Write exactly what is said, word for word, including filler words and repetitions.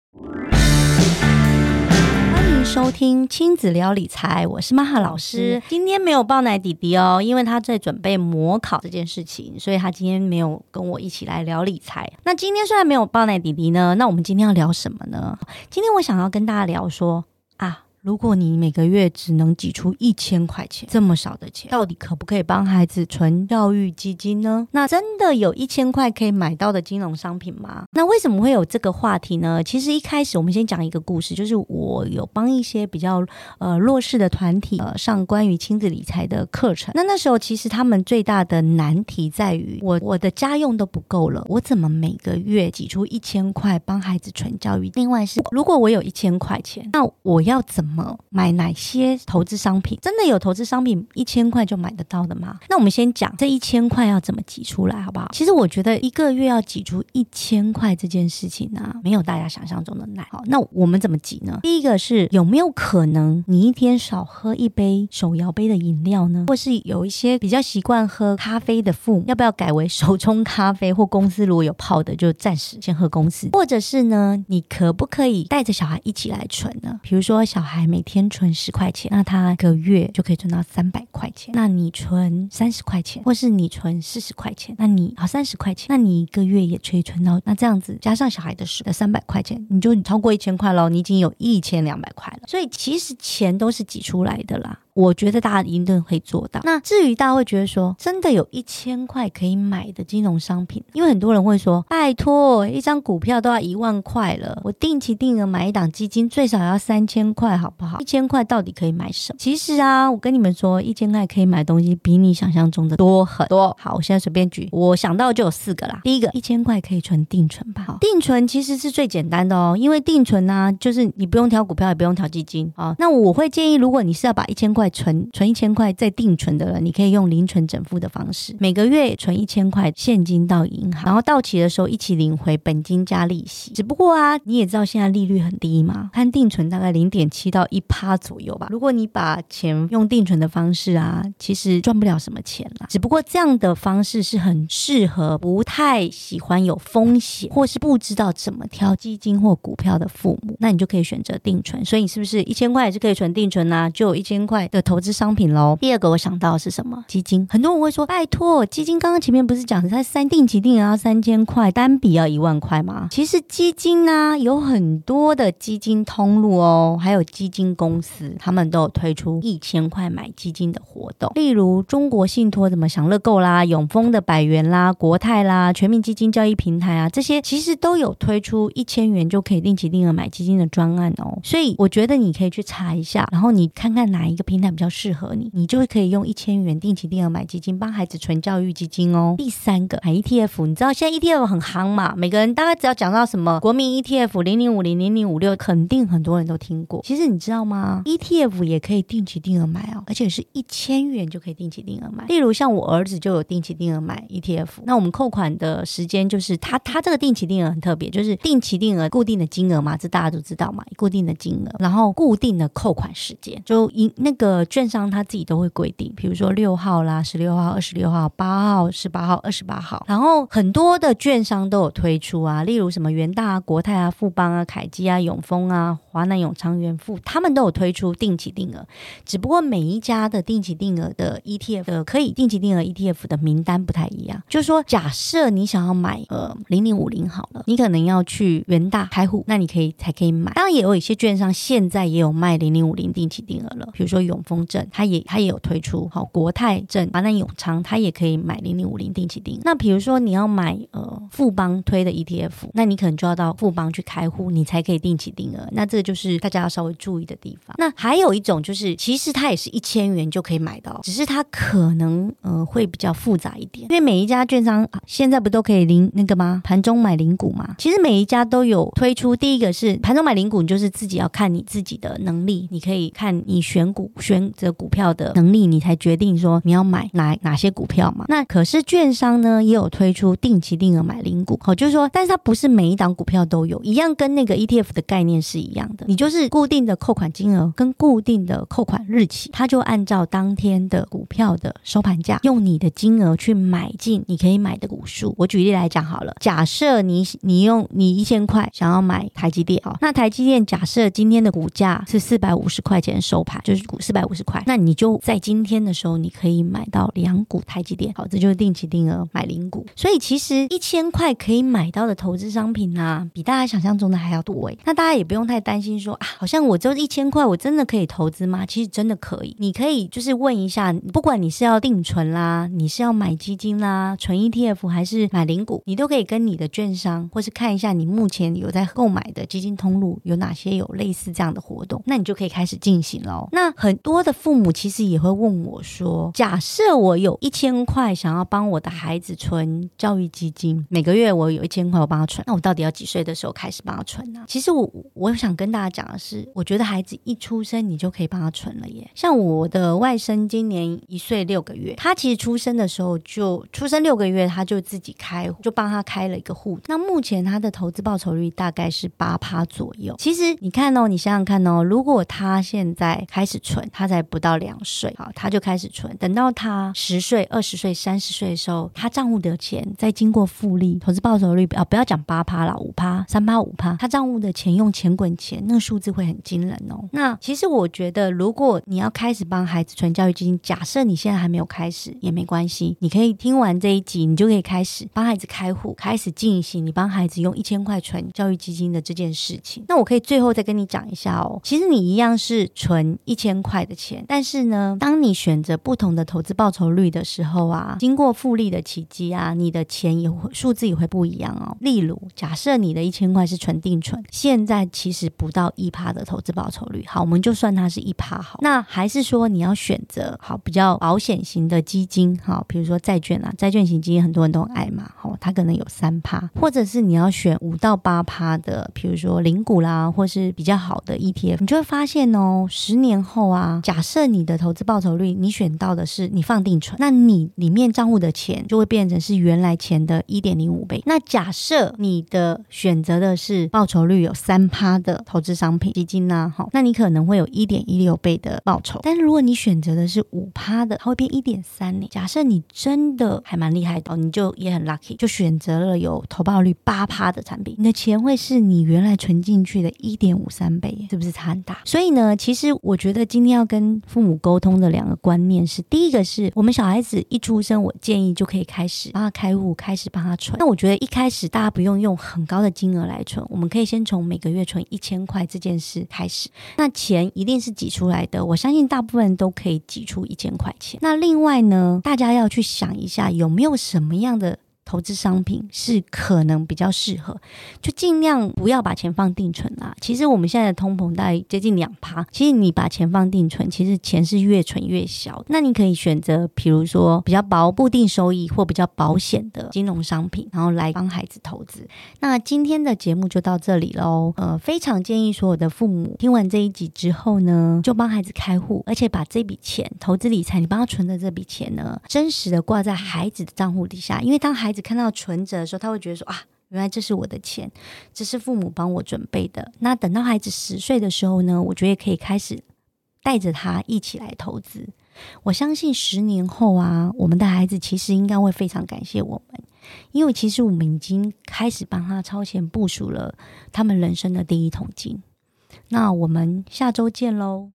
收听亲子聊理财，我是玛哈老师。今天没有爆奶弟弟哦，因为他在准备模考这件事情，所以他今天没有跟我一起来聊理财。那今天虽然没有爆奶弟弟呢，那我们今天要聊什么呢？今天我想要跟大家聊说啊，如果你每个月只能挤出一千块钱，这么少的钱，到底可不可以帮孩子存教育基金呢？那真的有一千块可以买到的金融商品吗？那为什么会有这个话题呢？其实一开始我们先讲一个故事，就是我有帮一些比较呃弱势的团体呃上关于亲子理财的课程。那那时候其实他们最大的难题在于，我我的家用都不够了，我怎么每个月挤出一千块帮孩子存教育？另外是，如果我有一千块钱，那我要怎么买哪些投资商品？真的有投资商品一千块就买得到的吗？那我们先讲这一千块要怎么挤出来，好不好？其实我觉得一个月要挤出一千块这件事情啊，没有大家想象中的难。好，那我们怎么挤呢？第一个是有没有可能你一天少喝一杯手摇杯的饮料呢？或是有一些比较习惯喝咖啡的父母，要不要改为手冲咖啡？或公司如果有泡的，就暂时先喝公司。或者是呢，你可不可以带着小孩一起来存呢？比如说小孩每天存十块钱，那他一个月就可以存到三百块钱。那你存三十块钱，或是你存四十块钱，那你好三十块钱，那你一个月也可以存到，那这样子加上小孩的十的三百块钱，你就超过一千块了，你已经有一千两百块了。所以其实钱都是挤出来的啦。我觉得大家一定可以做到。那至于大家会觉得说，真的有一千块可以买的金融商品？因为很多人会说，拜托，一张股票都要一万块了，我定期定额买一档基金最少要三千块，好不好？一千块到底可以买什么？其实啊，我跟你们说，一千块可以买的东西比你想象中的多很多。好，我现在随便举，我想到就有四个啦。第一个，一千块可以存定存吧。定存其实是最简单的哦，因为定存啊，就是你不用挑股票，也不用挑基金啊。那我会建议，如果你是要把一千块存存一千块再定存的人，你可以用零存整付的方式，每个月存一千块现金到银行，然后到期的时候一起领回本金加利息。只不过啊，你也知道现在利率很低嘛，看定存大概 零点七到百分之一 左右吧。如果你把钱用定存的方式啊，其实赚不了什么钱啦。只不过这样的方式是很适合不太喜欢有风险或是不知道怎么挑基金或股票的父母，那你就可以选择定存。所以你是不是一千块也是可以存定存啊？就有一千块的投资商品咯。第二个我想到的是什么？基金。很多人会说，拜托，基金刚刚前面不是讲它三定期定额要三千块，单笔要一万块吗？其实基金呢、啊、有很多的基金通路哦，还有基金公司，他们都有推出一千块买基金的活动。例如中国信托怎么享乐购啦，永丰的百元啦，国泰啦，全民基金交易平台啊，这些其实都有推出一千元就可以定期定额买基金的专案哦。所以我觉得你可以去查一下，然后你看看哪一个平台比较适合你，你就可以用一千元定期定额买基金，帮孩子存教育基金哦。第三个买 E T F， 你知道现在 E T F 很夯嘛，每个人大概只要讲到什么国民 E T F 零零五零、零零五六，肯定很多人都听过。其实你知道吗？ E T F 也可以定期定额买哦，而且是一千元就可以定期定额买。例如像我儿子就有定期定额买 E T F， 那我们扣款的时间就是他他这个定期定额很特别，就是定期定额固定的金额嘛，这大家都知道嘛，固定的金额，然后固定的扣款时间，就那个券商他自己都会规定，比如说六号啦、十六号、二十六号、八号、十八号、二十八号，然后很多的券商都有推出啊，例如什么元大啊、国泰啊、富邦啊、凯基啊、永丰啊、华南永昌、元富，他们都有推出定期定额。只不过每一家的定期定额的 E T F 的可以定期定额 E T F 的名单不太一样，就是说假设你想要买呃零零五零好了，你可能要去元大开户，那你可以才可以买。当然也有一些券商现在也有卖零零五零定期定额了，比如说永丰证，它也它也有推出，好，国泰证、华南永昌，它也可以买零零五零定期定额。那比如说你要买呃富邦推的 E T F， 那你可能就要到富邦去开户，你才可以定期定额。那这个就是大家要稍微注意的地方。那还有一种就是其实它也是一千元就可以买到，只是它可能呃会比较复杂一点，因为每一家券商、啊、现在不都可以零那个吗？盘中买零股嘛。其实每一家都有推出，第一个是盘中买零股，你就是自己要看你自己的能力，你可以看你选股选择股票的能力，你才决定说你要买哪哪些股票嘛。那可是券商呢也有推出定期定额买零股，好，就是说但是它不是每一档股票都有，一样跟那个 E T F 的概念是一样样的，你就是固定的扣款金额跟固定的扣款日期，它就按照当天的股票的收盘价，用你的金额去买进你可以买的股数。我举例来讲好了，假设你你用你一千块想要买台积电，好，那台积电假设今天的股价是四百五十块钱收盘，就是股四百五十块，那你就在今天的时候你可以买到两股台积电，好，这就是定期定额买零股。所以其实一千块可以买到的投资商品啊，比大家想象中的还要多诶。那大家也不用太担心说啊，好像我就一千块我真的可以投资吗？其实真的可以，你可以就是问一下，不管你是要定存啦，你是要买基金啦，存 E T F 还是买零股，你都可以跟你的券商或是看一下你目前有在购买的基金通路有哪些有类似这样的活动，那你就可以开始进行咯。那很多的父母其实也会问我说，假设我有一千块想要帮我的孩子存教育基金，每个月我有一千块我帮他存，那我到底要几岁的时候开始帮他存呢？其实我我想跟大家讲的是，我觉得孩子一出生你就可以帮他存了耶。像我的外甥今年一岁六个月，他其实出生的时候就出生六个月他就自己开，就帮他开了一个户。那目前他的投资报酬率大概是 百分之八 左右。其实你看哦，你想想看哦，如果他现在开始存，他才不到两岁，好，他就开始存，等到他十岁、二十岁、三十岁的时候，他账户的钱再经过复利，投资报酬率啊，不要讲 百分之八 啦， 百分之五、三、百分之五， 他账户的钱用钱滚钱，那个数字会很惊人哦。那其实我觉得，如果你要开始帮孩子存教育基金，假设你现在还没有开始也没关系，你可以听完这一集，你就可以开始帮孩子开户，开始进行你帮孩子用一千块存教育基金的这件事情。那我可以最后再跟你讲一下哦，其实你一样是存一千块的钱，但是呢，当你选择不同的投资报酬率的时候啊，经过复利的奇迹啊，你的钱也会数字也会不一样哦。例如，假设你的一千块是纯定存，现在其实不到 百分之一 的投资报酬率，好，我们就算它是 百分之一 好。那还是说你要选择好比较保险型的基金，好，比如说债券啊，债券型基金很多人都很爱嘛，好，它可能有 百分之三， 或者是你要选五到八趴的，比如说零股啦，或是比较好的 E T F， 你就会发现哦，十年后啊，假设你的投资报酬率你选到的是你放定存，那你里面账户的钱就会变成是原来钱的 一点零五倍。那假设你的选择的是报酬率有 百分之三 的投资商品基金啊，那你可能会有 一点一六倍的报酬。但是如果你选择的是 百分之五 的，它会变 一点三 呢。假设你真的还蛮厉害的，你就也很 lucky， 就选择了有投报率 百分之八 的产品，你的钱会是你原来存进去的 一点五三倍，是不是差很大？所以呢，其实我觉得今天要跟父母沟通的两个观念是，第一个是我们小孩子一出生，我建议就可以开始帮他开户，开始帮他存。那我觉得一开始大家不用用很高的金额来存，我们可以先从每个月存一千块这件事开始。那钱一定是挤出来的，我相信大部分人都可以挤出一千块钱。那另外呢，大家要去想一下，有没有什么样的投资商品是可能比较适合，就尽量不要把钱放定存啦。其实我们现在的通膨大概接近 百分之二， 其实你把钱放定存，其实钱是越存越小。那你可以选择比如说比较保固定收益或比较保险的金融商品，然后来帮孩子投资。那今天的节目就到这里咯。呃，非常建议所有的父母听完这一集之后呢，就帮孩子开户，而且把这笔钱投资理财，你帮他存的这笔钱呢，真实的挂在孩子的账户底下。因为当孩子看到存折的时候，他会觉得说啊，原来这是我的钱，这是父母帮我准备的。那等到孩子十岁的时候呢，我觉得可以开始带着他一起来投资。我相信十年后啊，我们的孩子其实应该会非常感谢我们，因为其实我们已经开始帮他超前部署了他们人生的第一桶金。那我们下周见咯。